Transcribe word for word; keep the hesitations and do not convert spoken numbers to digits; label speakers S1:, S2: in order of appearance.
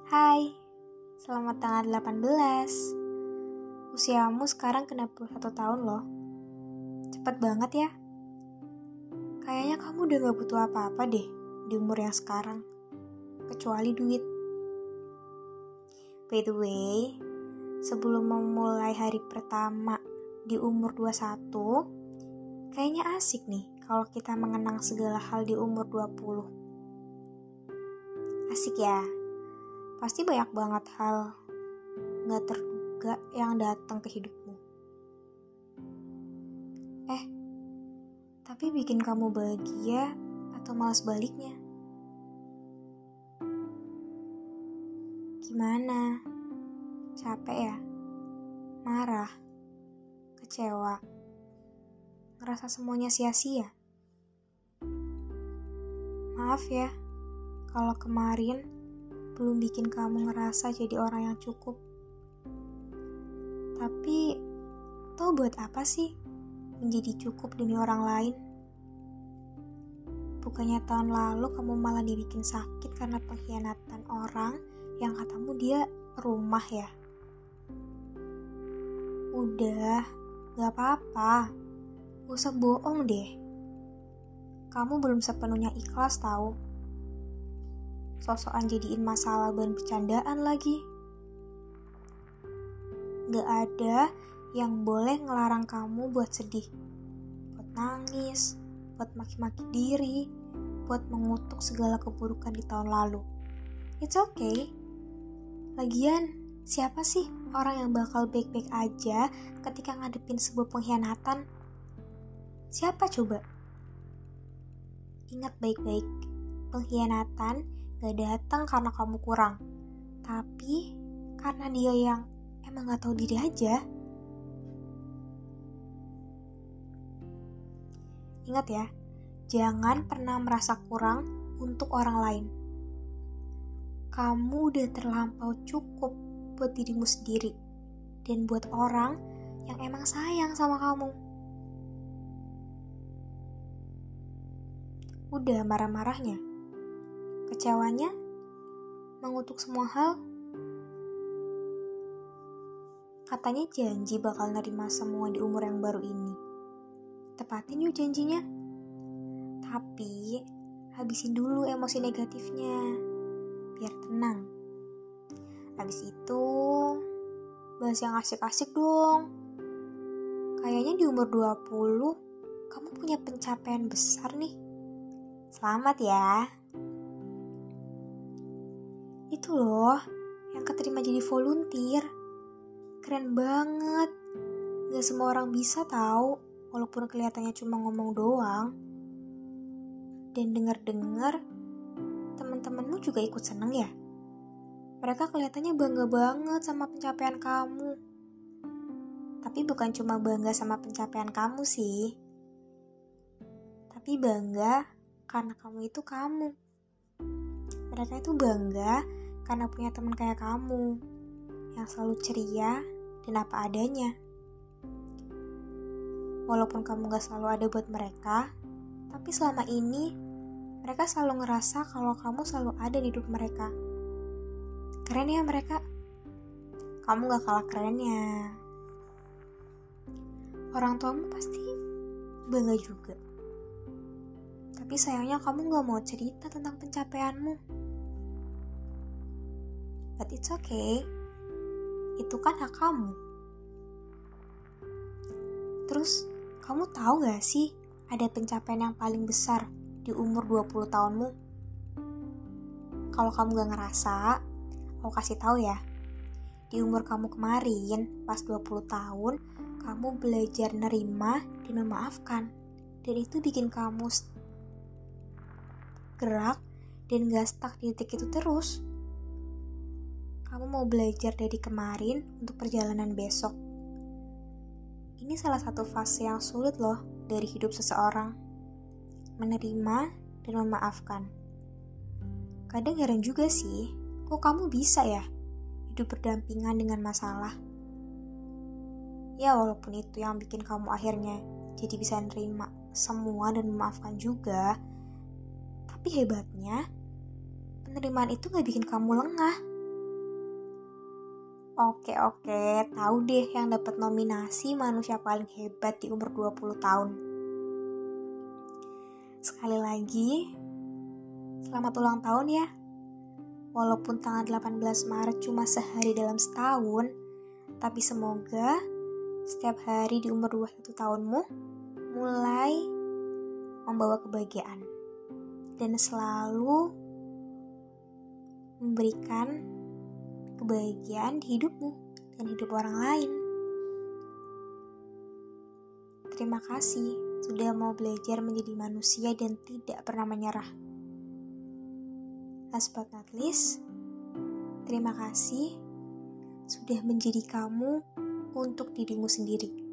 S1: Hai, selamat tanggal delapan belas. Usiamu sekarang kena puluh satu tahun loh. Cepet banget ya. Kayaknya kamu udah gak butuh apa-apa deh di umur yang sekarang, kecuali duit. By the way, sebelum memulai hari pertama di umur dua puluh satu, kayaknya asik nih kalau kita mengenang segala hal di umur dua puluh. Asik ya? Pasti banyak banget hal gak terduga yang datang ke hidupmu. Eh, tapi bikin kamu bahagia atau malas baliknya? Gimana? Capek ya? Marah? Kecewa? Ngerasa semuanya sia-sia? Maaf ya, kalau kemarin belum bikin kamu ngerasa jadi orang yang cukup. Tapi, tau buat apa sih menjadi cukup demi orang lain? Bukannya tahun lalu kamu malah dibikin sakit karena pengkhianatan orang yang katamu dia rumah ya? Udah, gak apa-apa. Gak usah bohong deh. Kamu belum sepenuhnya ikhlas tahu. Sosokan jadiin masalah bahan bercandaan lagi. Gak ada yang boleh ngelarang kamu buat sedih, buat nangis, buat maki-maki diri, buat mengutuk segala keburukan di tahun lalu. It's okay. Lagian, siapa sih orang yang bakal baik-baik aja ketika ngadepin sebuah pengkhianatan? Siapa coba? Ingat baik-baik, pengkhianatan gak datang karena kamu kurang, tapi karena dia yang emang gak tahu diri aja. Ingat ya, jangan pernah merasa kurang untuk orang lain. Kamu udah terlampau cukup buat dirimu sendiri dan buat orang yang emang sayang sama kamu. Udah marah-marahnya, kecewanya, mengutuk semua hal. Katanya janji bakal nerima semua di umur yang baru ini. Tepatin yuk janjinya. Tapi habisin dulu emosi negatifnya, biar tenang. Habis itu bahas yang asik-asik dong. Kayaknya di umur dua puluh kamu punya pencapaian besar nih. Selamat ya. Itu loh, yang keterima jadi volunteer. Keren banget. Gak semua orang bisa tahu, walaupun kelihatannya cuma ngomong doang. Dan denger-denger, teman-temanmu juga ikut seneng ya? Mereka kelihatannya bangga banget sama pencapaian kamu. Tapi bukan cuma bangga sama pencapaian kamu sih. Tapi bangga karena kamu itu kamu. Mereka itu bangga karena punya teman kayak kamu yang selalu ceria dan apa adanya. Walaupun kamu gak selalu ada buat mereka, tapi selama ini mereka selalu ngerasa kalau kamu selalu ada di hidup mereka. Keren ya mereka. Kamu gak kalah kerennya. Orang tuamu pasti bangga juga. Tapi sayangnya kamu gak mau cerita tentang pencapaianmu. But it's okay. Itu kan hak kamu. Terus, kamu tahu gak sih ada pencapaian yang paling besar di umur dua puluh tahunmu? Kalau kamu gak ngerasa, aku kasih tahu ya. Di umur kamu kemarin, pas dua puluh tahun, kamu belajar nerima dan memaafkan. Dan itu bikin kamu gerak dan gak stuck di titik itu terus. Kamu mau belajar dari kemarin untuk perjalanan besok. Ini salah satu fase yang sulit loh dari hidup seseorang. Menerima dan memaafkan. Kadang heran juga sih, kok kamu bisa ya hidup berdampingan dengan masalah? Ya walaupun itu yang bikin kamu akhirnya jadi bisa nerima semua dan memaafkan juga. Tapi hebatnya, penerimaan itu gak bikin kamu lengah. Oke oke, tahu deh yang dapat nominasi manusia paling hebat di umur dua puluh tahun. Sekali lagi, selamat ulang tahun ya. Walaupun tanggal delapan belas Maret cuma sehari dalam setahun, tapi semoga setiap hari di umur dua puluh satu tahunmu mulai membawa kebahagiaan dan selalu memberikan kebahagiaan di hidupmu dan hidup orang lain. Terima kasih sudah mau belajar menjadi manusia dan tidak pernah menyerah. Last but not least, terima kasih sudah menjadi kamu untuk dirimu sendiri.